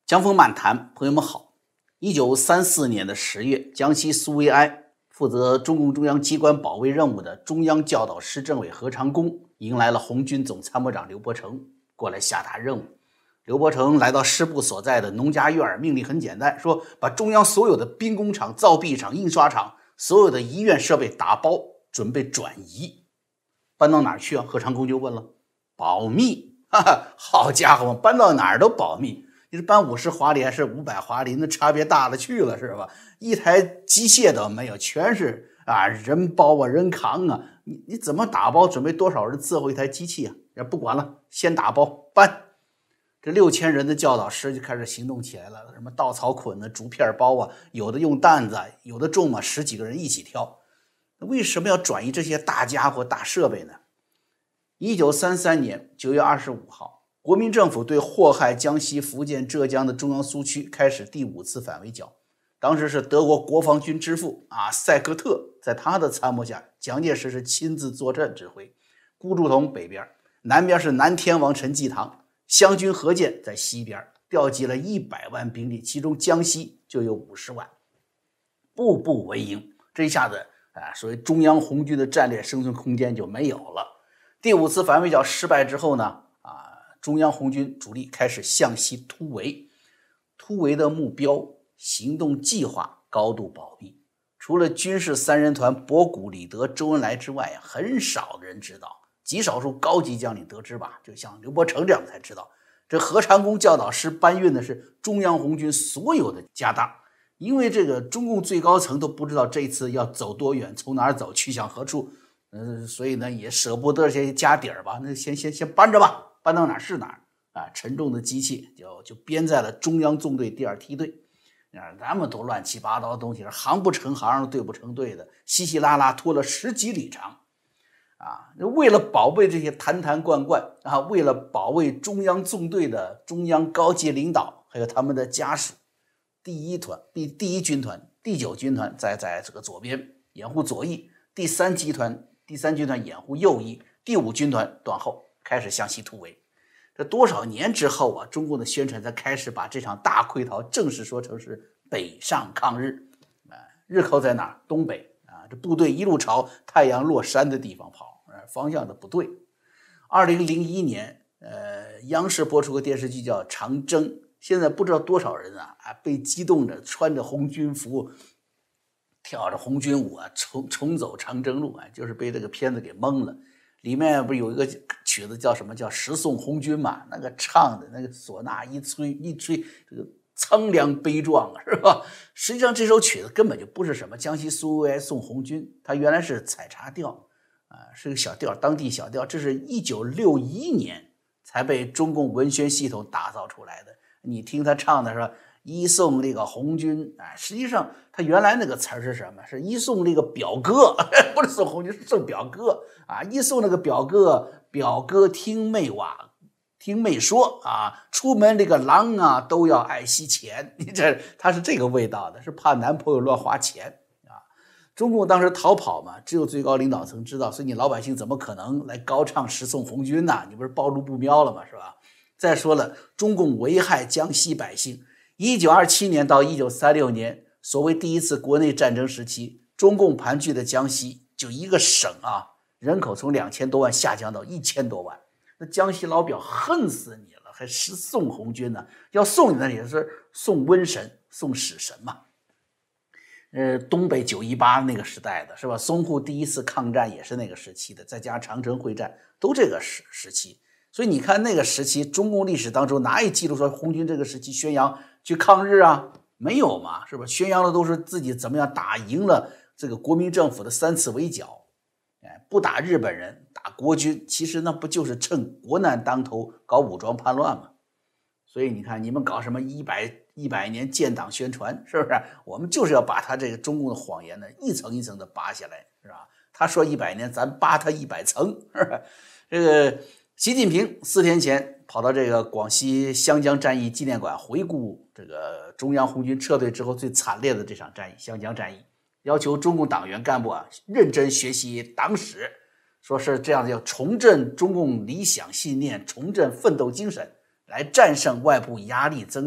江峰漫谈，朋友们好。1934年的10月，江西苏维埃负责中共中央机关保卫任务的中央教导师政委何长工迎来了红军总参谋长刘伯承，过来下达任务。刘伯承来到师部所在的农家院，命令很简单，说把中央所有的兵工厂、造币厂、印刷厂、所有的医院设备打包，准备转移。搬到哪儿去啊？何长工就问了。保密，哈哈，好家伙，搬到哪儿都保密。你是搬50华里还是500华里，那差别大了去了，是吧？一台机械都没有，全是人包啊，人扛啊，你怎么打包？准备多少人伺候一台机器啊？也不管了，先打包搬。这6000人的教导师就开始行动起来了，什么稻草捆的、竹片包啊，有的用担子，有的重嘛，10几个人一起挑。为什么要转移这些大家伙、大设备呢？1933年9月25号。国民政府对祸害江西、福建、浙江的中央苏区开始第5次反围剿。当时是德国国防军之父塞克特，在他的参谋下，蒋介石是亲自坐镇指挥。顾祝同北边，南边是南天王陈济棠，湘军何键在西边，调集了100万兵力，其中江西就有50万，步步为营。这一下子所谓中央红军的战略生存空间就没有了。第5次反围剿失败之后呢，中央红军主力开始向西突围，突围的目标、行动计划高度保密，除了军事3人团博古、李德、周恩来之外，很少人知道，极少数高级将领得知吧，就像刘伯承这样才知道。这何长工教导师搬运的是中央红军所有的家当，因为这个中共最高层都不知道这一次要走多远，从哪儿走，去向何处，所以呢也舍不得这些家底儿吧，那先搬着吧。搬到哪儿是哪儿沉重的机器就编在了中央纵队第2梯队那么多乱七八糟的东西，行不成行，队不成队的，稀稀拉拉拖了10几里长为了保卫这些坛坛罐罐为了保卫中央纵队的中央高级领导还有他们的家属，第一军团、第9军团在这个左边掩护左翼，第3军团掩护右翼，第5军团断后，开始向西突围。这多少年之后中共的宣传才开始把这场大溃逃正式说成是北上抗日日寇在哪儿？东北这部队一路朝太阳落山的地方跑方向的不对。2001年央视播出个电视剧叫《长征》，现在不知道多少人被激动着穿着红军服跳着红军舞重走长征路就是被这个片子给蒙了。里面不是有一个曲子叫什么叫《十送红军》嘛？那个唱的那个唢呐一吹，这个苍凉悲壮是吧？实际上这首曲子根本就不是什么江西苏维埃送红军，它原来是采茶调是个小调，当地小调。这是1961年才被中共文宣系统打造出来的。你听他唱的是吧？一送这个红军实际上他原来那个词是什么？是一送这个表哥，不是送红军，是送表哥一送那个表哥听妹说出门这个狼都要爱惜钱，他是这个味道的，是怕男朋友乱花钱中共当时逃跑嘛，只有最高领导层知道，所以你老百姓怎么可能来高唱十送红军呢？你不是暴露不瞄了吗？是吧？再说了，中共危害江西百姓。1927年到1936年，所谓第1次国内战争时期，中共盘踞的江西就一个省人口从2000多万下降到1000多万。那江西老表恨死你了，还是送红军呢？要送你那也是送瘟神、送死神嘛。东北918那个时代的是吧？淞沪第1次抗战也是那个时期的，再加上长城会战都这个时期。所以你看那个时期中共历史当中哪有记录说红军这个时期宣扬去抗日没有嘛，是吧？宣扬的都是自己怎么样打赢了这个国民政府的3次围剿不打日本人，打国军，其实那不就是趁国难当头搞武装叛乱吗？所以你看你们搞什么100年建党宣传，是不是？我们就是要把他这个中共的谎言呢一层一层的扒下来，是吧？他说100年，咱扒他100层，是吧？这个习近平4天前跑到这个广西湘江战役纪念馆回顾这个中央红军撤退之后最惨烈的这场战役湘江战役，要求中共党员干部认真学习党史，说是这样的，要重振中共理想信念，重振奋斗精神，来战胜外部压力增大，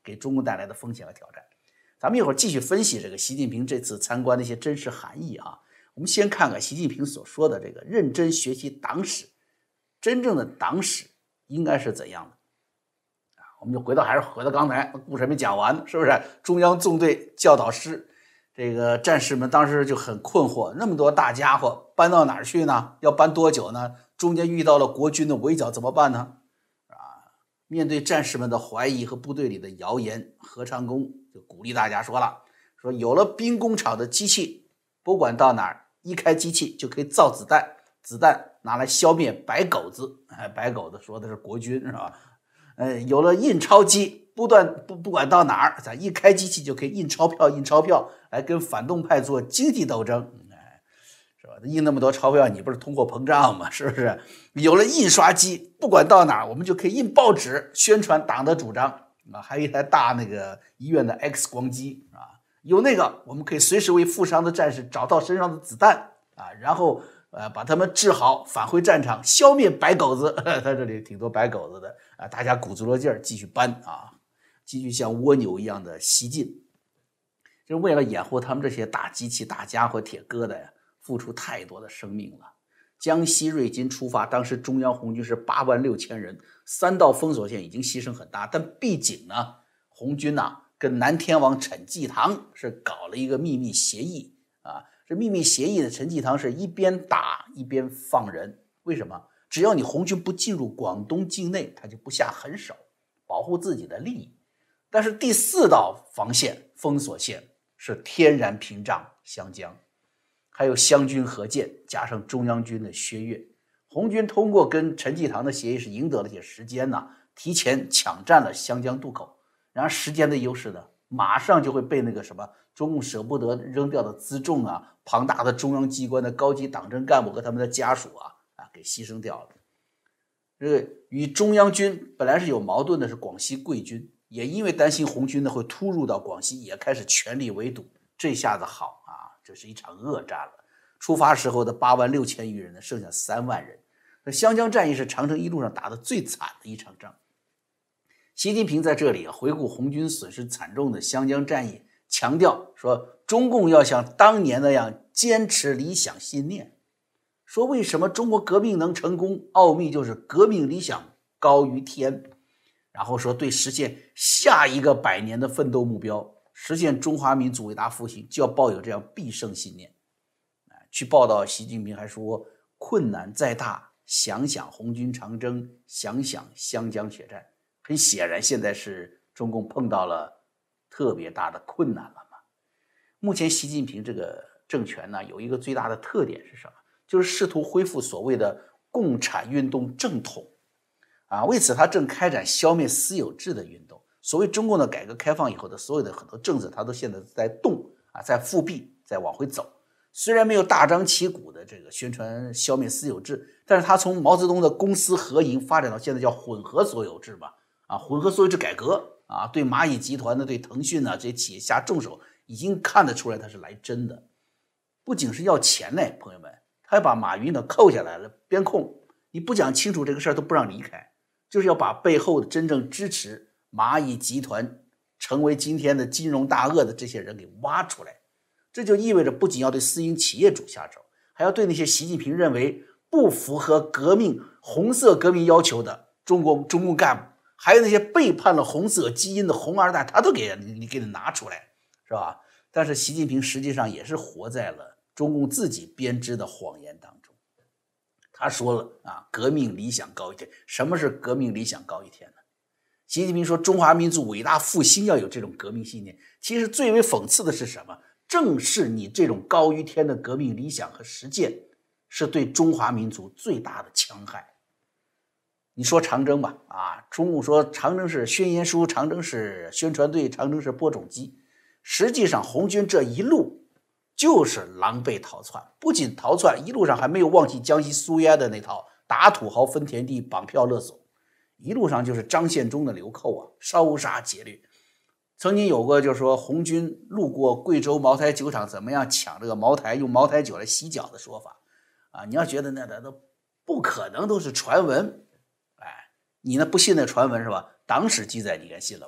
给中共带来的风险和挑战。咱们一会儿继续分析这个习近平这次参观的一些真实含义啊。我们先看看习近平所说的这个认真学习党史，真正的党史应该是怎样的？我们就还是回到刚才故事还没讲完，是不是？中央纵队教导师这个战士们当时就很困惑，那么多大家伙搬到哪儿去呢？要搬多久呢？中间遇到了国军的围剿怎么办呢？面对战士们的怀疑和部队里的谣言，何长工就鼓励大家说了，说有了兵工厂的机器，不管到哪儿，一开机器就可以造子弹，子弹拿来消灭白狗子。白狗子说的是国军，是吧？有了印钞机，不管到哪儿，咱一开机器就可以印钞票，来跟反动派做经济斗争。是吧？印那么多钞票，你不是通货膨胀吗？是不是？有了印刷机，不管到哪儿，我们就可以印报纸，宣传党的主张啊。还有一台大那个医院的 X 光机啊，有那个我们可以随时为负伤的战士找到身上的子弹啊，然后把他们治好，返回战场，消灭白狗子。他这里挺多白狗子的啊，大家鼓足了劲儿继续搬啊，继续像蜗牛一样的西进，就是为了掩护他们这些大机器、大家伙、铁疙瘩呀。付出太多的生命了。江西瑞金出发，当时中央红军是86000人，3道封锁线已经牺牲很大，但毕竟呢，红军跟南天王陈济棠是搞了一个秘密协议啊。这秘密协议的陈济棠是一边打一边放人，为什么？只要你红军不进入广东境内，他就不下狠手，保护自己的利益。但是第4道防线封锁线是天然屏障湘江。还有湘军合建，加上中央军的薛岳，红军通过跟陈济棠的协议是赢得了些时间提前抢占了湘江渡口。然而时间的优势呢，马上就会被那个什么中共舍不得扔掉的辎重庞大的中央机关的高级党政干部和他们的家属给牺牲掉了。这个与中央军本来是有矛盾的是广西桂军，也因为担心红军呢会突入到广西，也开始全力围堵。这下子好这是一场恶战了。出发时候的86000余人呢，剩下3万人。湘江战役是长城一路上打得最惨的一场仗。习近平在这里回顾红军损失惨重的湘江战役，强调说中共要像当年那样坚持理想信念。说为什么中国革命能成功，奥秘就是革命理想高于天。然后说对实现下一个100年的奋斗目标，实现中华民族伟大复兴，就要抱有这样必胜信念。据报道，习近平还说，困难再大，想想红军长征，想想湘江血战。很显然，现在是中共碰到了特别大的困难了嘛。目前习近平这个政权呢，有一个最大的特点是什么？就是试图恢复所谓的共产运动正统为此他正开展消灭私有制的运动。所谓中共的改革开放以后的所有的很多政策，它都现在在动在复辟，在往回走。虽然没有大张旗鼓的这个宣传消灭私有制，但是他从毛泽东的公私合营发展到现在叫混合所有制嘛混合所有制改革对蚂蚁集团的、对腾讯这些企业下重手，已经看得出来他是来真的。不仅是要钱呢，朋友们，他还把马云扣下来了，边控。你不讲清楚这个事儿都不让离开，就是要把背后的真正支持蚂蚁集团成为今天的金融大鳄的这些人给挖出来。这就意味着不仅要对私营企业主下手，还要对那些习近平认为不符合红色革命要求的中共干部，还有那些背叛了红色基因的红二代，他都给你拿出来，是吧？但是习近平实际上也是活在了中共自己编织的谎言当中。他说了革命理想高一天。什么是革命理想高一天呢？习近平说中华民族伟大复兴要有这种革命信念。其实最为讽刺的是什么？正是你这种高于天的革命理想和实践，是对中华民族最大的戕害。你说长征吧中共说长征是宣言书，长征是宣传队，长征是播种机。实际上红军这一路就是狼狈逃窜，不仅逃窜，一路上还没有忘记江西苏维埃的那套打土豪分田地，绑票勒索。一路上就是张献忠的流寇烧杀劫掠。曾经有过就是说红军路过贵州茅台酒厂，怎么样抢这个茅台，用茅台酒来洗脚的说法你要觉得那都不可能，都是传闻。你不信那传闻是吧？党史记载你该信了吧？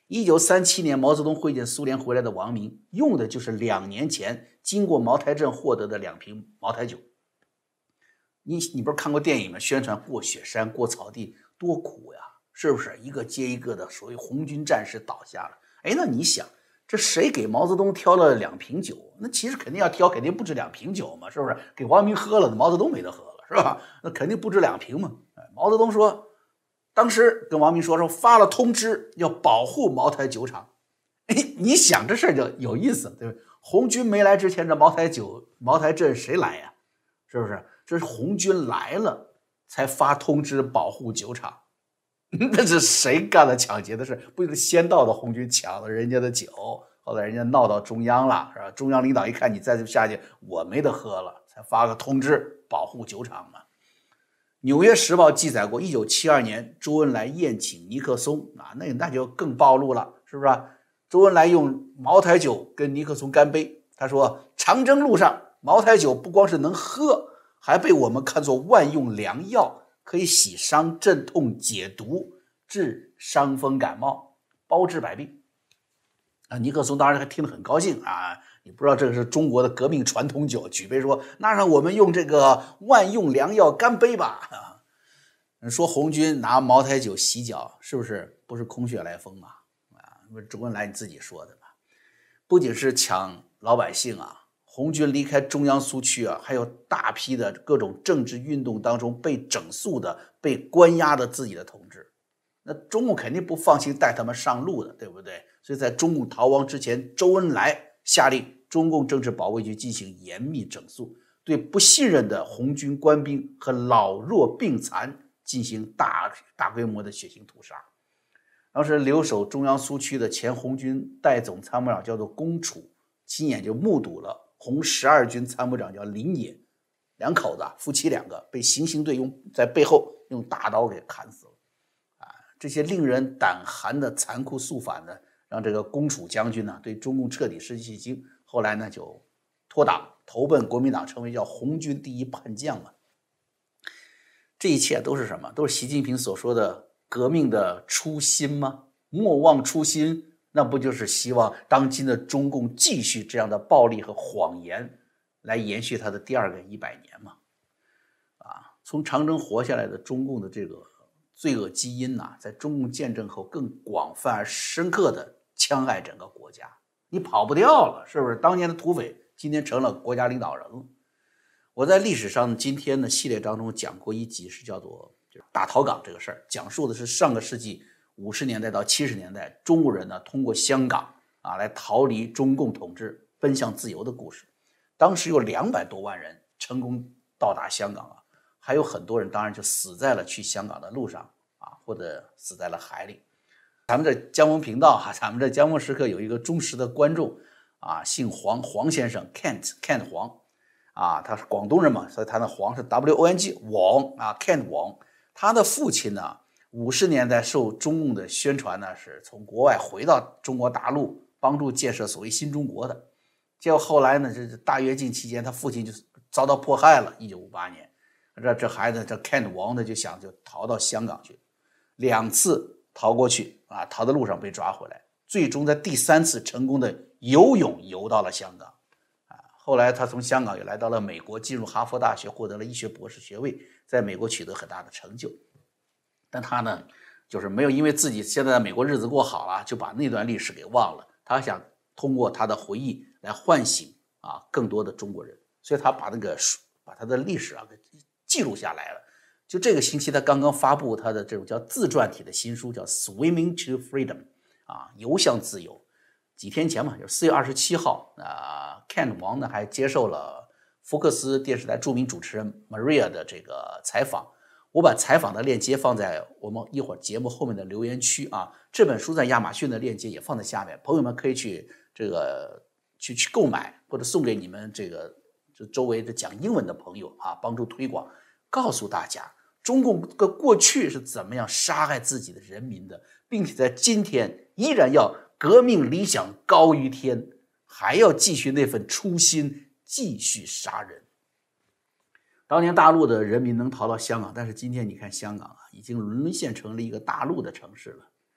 1937年毛泽东会见苏联回来的王明，用的就是2年前经过茅台镇获得的2瓶茅台酒。你不是看过电影吗？宣传过雪山过草地多苦呀，是不是？一个接一个的所谓红军战士倒下了。那你想，这谁给毛泽东挑了2瓶酒？那其实肯定要挑，肯定不止2瓶酒嘛，是不是？给王明喝了，毛泽东没得喝了，是吧？那肯定不止2瓶嘛。毛泽东说，当时跟王明说发了通知要保护茅台酒厂。你想这事儿就有意思，对不对？红军没来之前，这茅台镇谁来呀？是不是？这是红军来了才发通知保护酒厂。那是谁干了抢劫的事？不就是先到的红军抢了人家的酒，后来人家闹到中央了，是吧？中央领导一看你再这么下去，我没得喝了，才发个通知保护酒厂嘛。纽约时报记载过1972年周恩来宴请尼克松那就更暴露了，是不是？周恩来用茅台酒跟尼克松干杯，他说长征路上茅台酒不光是能喝，还被我们看作万用良药，可以洗伤镇痛解毒，治伤风感冒，包治百病。尼克松当然还听得很高兴你不知道这个是中国的革命传统酒，举杯说那让我们用这个万用良药干杯吧。说红军拿茅台酒洗脚，是不是不是空穴来风嘛？周恩来你自己说的吧。不仅是抢老百姓红军离开中央苏区还有大批的各种政治运动当中被整肃的、被关押的自己的同志。那中共肯定不放心带他们上路的，对不对？所以在中共逃亡之前，周恩来下令中共政治保卫局进行严密整肃，对不信任的红军官兵和老弱病残进行大规模的血腥屠杀。当时留守中央苏区的前红军代总参谋长叫做龚楚，亲眼就目睹了红12军参谋长叫林野，两口子夫妻2个被行刑队在背后用大刀给砍死了。这些令人胆寒的残酷肃反呢，让这个龚楚将军呢对中共彻底失去信心，后来呢就脱党投奔国民党，成为叫红军第一叛将嘛。这一切都是什么？都是习近平所说的革命的初心吗？莫忘初心，那不就是希望当今的中共继续这样的暴力和谎言，来延续他的第2个100年吗？从长征活下来的中共的这个罪恶基因在中共建政后更广泛而深刻的戕害整个国家，你跑不掉了，是不是？当年的土匪今天成了国家领导人了。我在历史上今天的系列当中讲过一集，是叫做打逃港这个事儿，讲述的是上个世纪50年代到70年代中国人呢通过香港来逃离中共统治，奔向自由的故事。当时有200多万人成功到达香港还有很多人当然就死在了去香港的路上或者死在了海里。咱们这江峰频道咱们这江峰时刻有一个忠实的观众姓黄先生 Kent 黄他是广东人嘛，所以他的黄是 WONG 王Kent 王。他的父亲呢50年代受中共的宣传呢，是从国外回到中国大陆帮助建设所谓新中国的。结果后来呢，这大跃进期间他父亲就遭到迫害了，1958年。这孩子这 Kent 王呢就想逃到香港去，2次逃过去逃的路上被抓回来，最终在第3次成功的游泳游到了香港后来他从香港也来到了美国，进入哈佛大学，获得了医学博士学位，在美国取得很大的成就。但他呢就是没有因为自己现在在美国日子过好了就把那段历史给忘了，他想通过他的回忆来唤醒更多的中国人，所以他把他的历史给记录下来了。就这个星期他刚刚发布他的这种叫自传体的新书，叫 Swimming to Freedom 游向自由。几天前嘛，就是4月27号Kent 王呢还接受了福克斯电视台著名主持人 Maria 的这个采访。我把采访的链接放在我们一会儿节目后面的留言区这本书在亚马逊的链接也放在下面，朋友们可以去购买，或者送给你们这周围的讲英文的朋友帮助推广，告诉大家中共过去是怎么样杀害自己的人民的，并且在今天依然要革命理想高于天，还要继续那份初心，继续杀人。当年大陆的人民能逃到香港，但是今天你看香港已经沦陷成了一个大陆的城市了。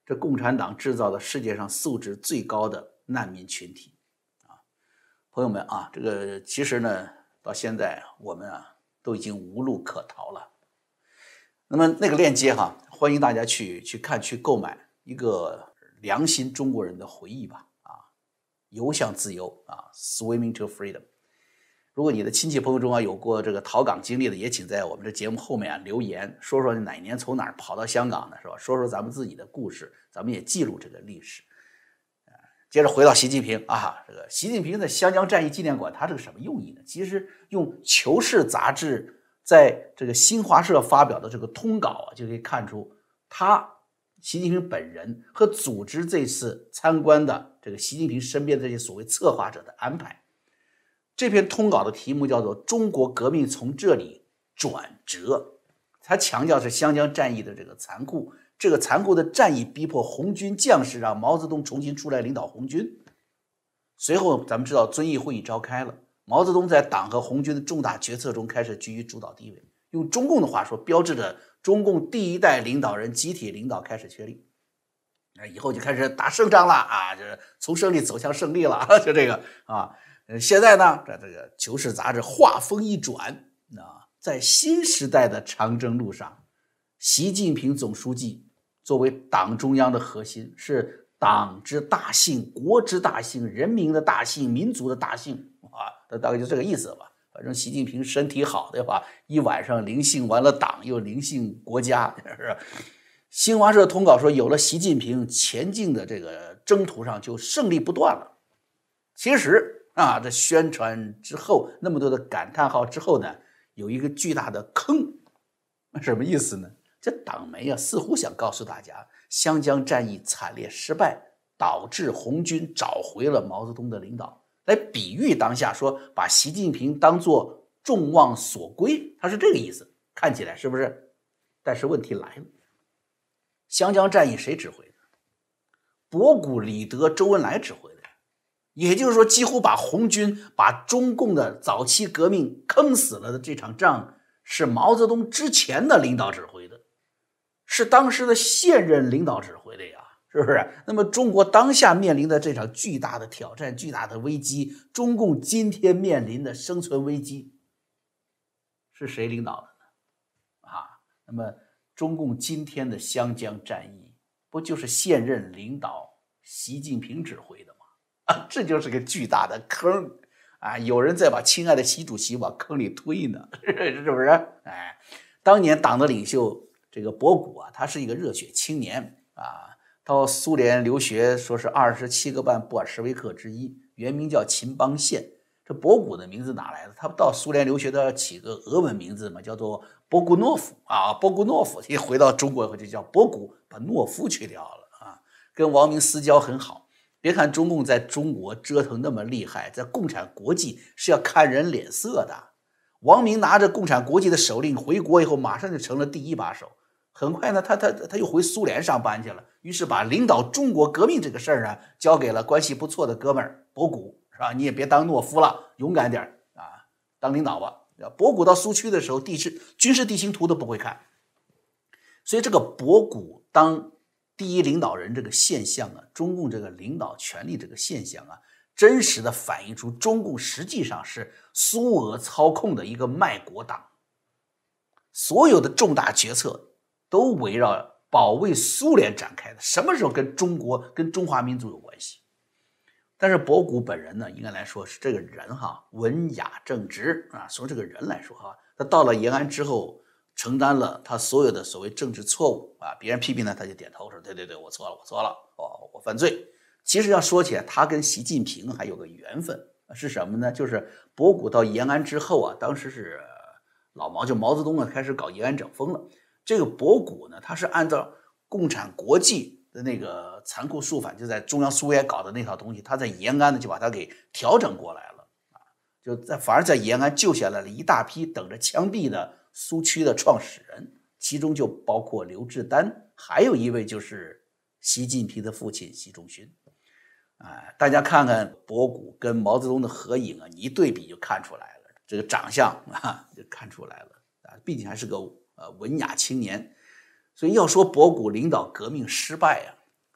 这共产党制造了世界上素质最高的难民群体啊！朋友们啊，这个其实呢，到现在我们都已经无路可逃了。那么那个链接欢迎大家去看去购买一个良心中国人的回忆吧游向自由Swimming to Freedom。如果你的亲戚朋友中有过这个逃港经历的，也请在我们这节目后面留言，说说哪年从哪儿跑到香港的，是吧？说说咱们自己的故事，咱们也记录这个历史。接着回到习近平这个习近平的湘江战役纪念馆，它这个什么用意呢？其实用《求是》杂志在这个新华社发表的这个通稿就可以看出，习近平本人和组织这次参观的这个习近平身边的这些所谓策划者的安排。这篇通稿的题目叫做《中国革命从这里转折》，他强调是湘江战役的这个残酷，这个残酷的战役逼迫红军将士让毛泽东重新出来领导红军。随后咱们知道遵义会议召开了，毛泽东在党和红军的重大决策中开始居于主导地位，用中共的话说，标志着中共第一代领导人集体领导开始确立。以后就开始打胜仗了就是从胜利走向胜利了就这个现在呢，这个《求是》杂志话锋一转在新时代的长征路上，习近平总书记作为党中央的核心，是党之大幸、国之大幸、人民的大幸、民族的大幸大概就这个意思吧。反正习近平身体好，对吧？一晚上临幸完了党，又临幸国家，是吧？新华社通稿说，有了习近平，前进的这个征途上就胜利不断了。其实这宣传之后，那么多的感叹号之后呢，有一个巨大的坑。什么意思呢？这党媒似乎想告诉大家，湘江战役惨烈失败，导致红军找回了毛泽东的领导，来比喻当下，说把习近平当作众望所归，他是这个意思，看起来是不是？但是问题来了，湘江战役谁指挥的？博古、李德、周恩来指挥的。也就是说，几乎把红军、把中共的早期革命坑死了的这场仗，是毛泽东之前的领导指挥的，是当时的现任领导指挥的呀，是不是？那么中国当下面临的这场巨大的挑战、巨大的危机，中共今天面临的生存危机，是谁领导的呢？那么中共今天的湘江战役，不就是现任领导习近平指挥的吗？这就是个巨大的坑有人在把亲爱的习主席往坑里推呢，是不是？当年党的领袖这个博古他是一个热血青年到苏联留学，说是27个半布尔什维克之一，原名叫秦邦宪。这博古的名字哪来的？他到苏联留学都要起个俄文名字嘛，叫做波古诺夫波古诺夫。一回到中国以后就叫博古，把诺夫去掉了跟王明私交很好。别看中共在中国折腾那么厉害，在共产国际是要看人脸色的。王明拿着共产国际的手令回国以后，马上就成了第一把手。很快呢，他又回苏联上班去了，于是把领导中国革命这个事儿交给了关系不错的哥们儿博古，是吧？你也别当懦夫了，勇敢点当领导吧。博古到苏区的时候，军事地形图都不会看，所以这个博古当第一领导人这个现象中共这个领导权力这个现象真实的反映出中共实际上是苏俄操控的一个卖国党，所有的重大决策都围绕保卫苏联展开的，什么时候跟中国跟中华民族有关系？但是博古本人呢，应该来说是这个人文雅正直从这个人来说他到了延安之后，承担了他所有的所谓政治错误别人批评他就点头说对，我错了我犯罪。其实要说起来，他跟习近平还有个缘分是什么呢？就是博古到延安之后当时是老毛就毛泽东开始搞延安整风了。这个博古呢，他是按照共产国际的那个残酷肃反，就在中央苏维埃搞的那套东西，他在延安呢就把它给调整过来了反而在延安救下来了一大批等着枪毙的苏区的创始人，其中就包括刘志丹，还有一位就是习近平的父亲习仲勋大家看看博古跟毛泽东的合影你一对比就看出来了，这个长相就看出来了毕竟还是个文雅青年。所以要说博古领导革命失败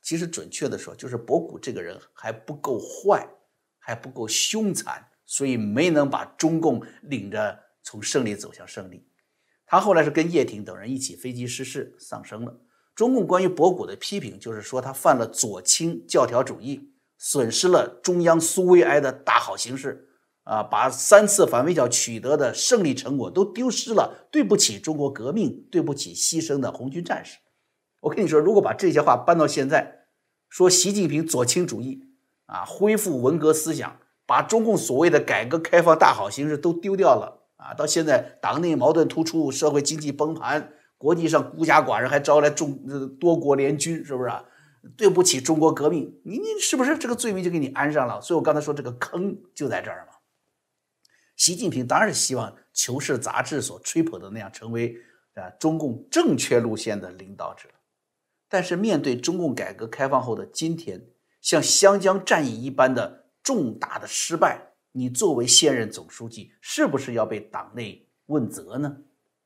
其实准确的说，就是博古这个人还不够坏，还不够凶残，所以没能把中共领着从胜利走向胜利。他后来是跟叶挺等人一起飞机失事丧生了。中共关于博古的批评就是说他犯了左倾教条主义，损失了中央苏维埃的大好形势把3次反围剿取得的胜利成果都丢失了，对不起中国革命，对不起牺牲的红军战士。我跟你说，如果把这些话搬到现在，说习近平左倾主义恢复文革思想，把中共所谓的改革开放大好形势都丢掉了到现在党内矛盾突出，社会经济崩盘，国际上孤家寡人，还招来多国联军，是不是对不起中国革命，你是不是这个罪名就给你安上了？所以我刚才说这个坑就在这儿嘛。习近平当然是希望《求是》杂志所吹捧的那样成为中共正确路线的领导者，但是面对中共改革开放后的今天，像湘江战役一般的重大的失败，你作为现任总书记，是不是要被党内问责呢？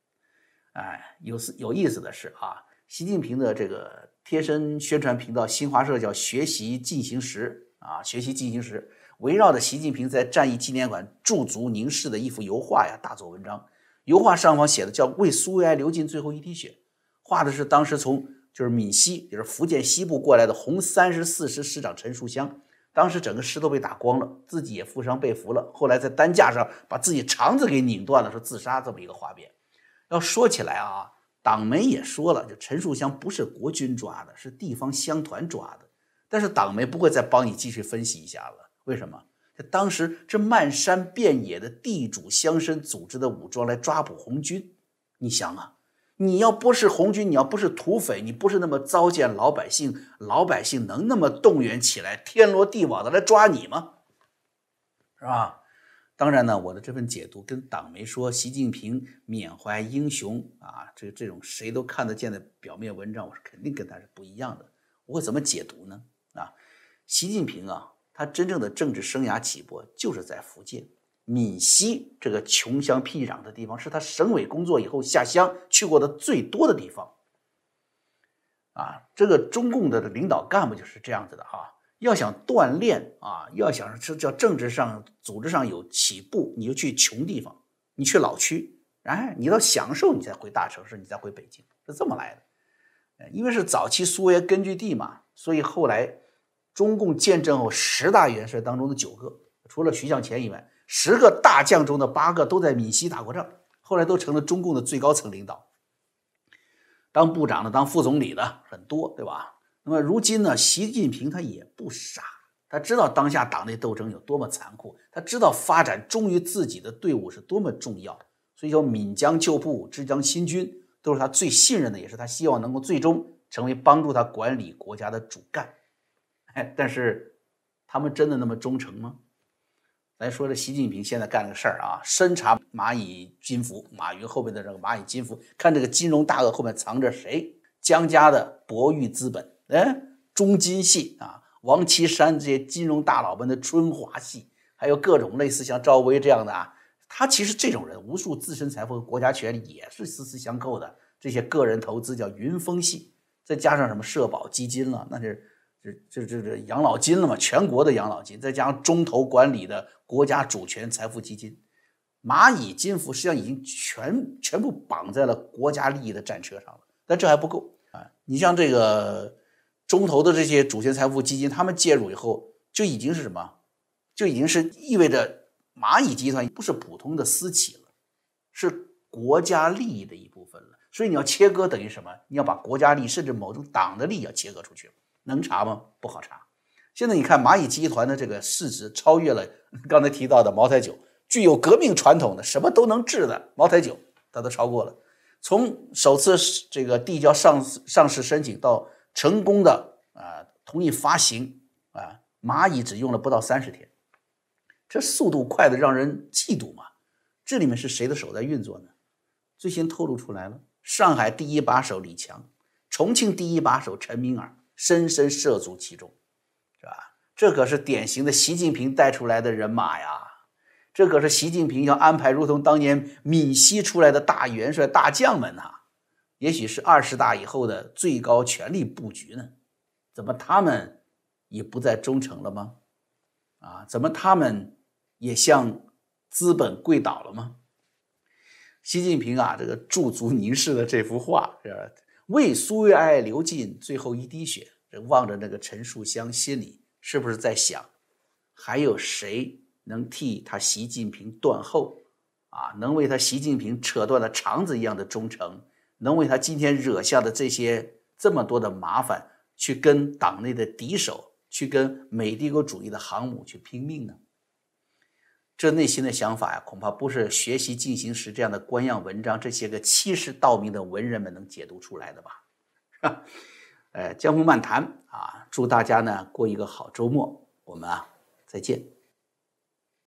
有意思的是习近平的这个贴身宣传频道新华社叫学习进行时学习进行时，围绕着习近平在战役纪念馆驻足凝视的一幅油画大做文章。油画上方写的叫为苏维埃流尽最后一滴血，画的是当时从就是闽西，就是福建西部过来的红34师师长陈树湘，当时整个师都被打光了，自己也负伤被俘了，后来在担架上把自己肠子给拧断了，说自杀，这么一个画面。要说起来党媒也说了，就陈树湘不是国军抓的，是地方乡团抓的，但是党媒不会再帮你继续分析一下了。为什么？当时这漫山遍野的地主乡绅组织的武装来抓捕红军，你想你要不是红军，你要不是土匪，你不是那么糟践老百姓，老百姓能那么动员起来天罗地网的来抓你吗？是吧？当然呢，我的这份解读跟党媒说习近平缅怀英雄这种谁都看得见的表面文章，我是肯定跟他是不一样的。我会怎么解读呢？习近平他真正的政治生涯起步就是在福建闽西这个穷乡僻壤的地方，是他省委工作以后下乡去过的最多的地方这个中共的领导干部就是这样子的要想锻炼要想是叫政治上组织上有起步，你就去穷地方，你去老区，你要享受你才回大城市，你才回北京，是这么来的。因为是早期苏维埃根据地嘛，所以后来中共建政后10大元帅当中的9个，除了徐向前以外，10个大将中的8个都在闽西打过仗，后来都成了中共的最高层领导，当部长的当副总理的很多，对吧？那么如今呢，习近平他也不傻，他知道当下党内斗争有多么残酷，他知道发展忠于自己的队伍是多么重要，所以叫闽江旧部，之江新军，都是他最信任的，也是他希望能够最终成为帮助他管理国家的主干。但是他们真的那么忠诚吗？咱说这习近平现在干了个事儿深查蚂蚁金服，马云后面的这个蚂蚁金服，看这个金融大鳄后面藏着谁？江家的博裕资本，中金系王岐山这些金融大佬们的春华系，还有各种类似像赵薇这样的他其实这种人无数自身财富和国家权力也是息息相扣的，这些个人投资叫云峰系，再加上什么社保基金了，那是这养老金了嘛，全国的养老金，再加上中投管理的国家主权财富基金，蚂蚁金服实际上已经全部绑在了国家利益的战车上了。但这还不够你像这个中投的这些主权财富基金，他们介入以后，就已经是什么？就已经是意味着蚂蚁集团不是普通的私企了，是国家利益的一部分了。所以你要切割等于什么？你要把国家利益甚至某种党的利益要切割出去，能查吗？不好查。现在你看蚂蚁集团的这个市值超越了刚才提到的茅台酒，具有革命传统的什么都能治的茅台酒，它都超过了。从首次这个递交上市申请到成功的同意发行蚂蚁只用了不到30天，这速度快的让人嫉妒嘛。这里面是谁的手在运作呢？最先透露出来了，上海第一把手李强，重庆第一把手陈敏尔深深涉足其中，是吧？这可是典型的习近平带出来的人马呀，这可是习近平要安排如同当年闽西出来的大元帅大将们也许是20大以后的最高权力布局呢。 怎么他们也不再忠诚了吗？怎么他们也向资本跪倒了吗？习近平这个驻足凝视的这幅画，为苏维埃流尽最后一滴血，望着那个陈树湘，心里是不是在想，还有谁能替他习近平断后能为他习近平扯断了肠子一样的忠诚，能为他今天惹下的这么多的麻烦去跟党内的敌手，去跟美帝国主义的航母去拼命呢？这内心的想法恐怕不是学习进行时这样的官样文章，这些个欺世盗名的文人们能解读出来的吧？江湖漫谈祝大家呢过一个好周末，我们再见。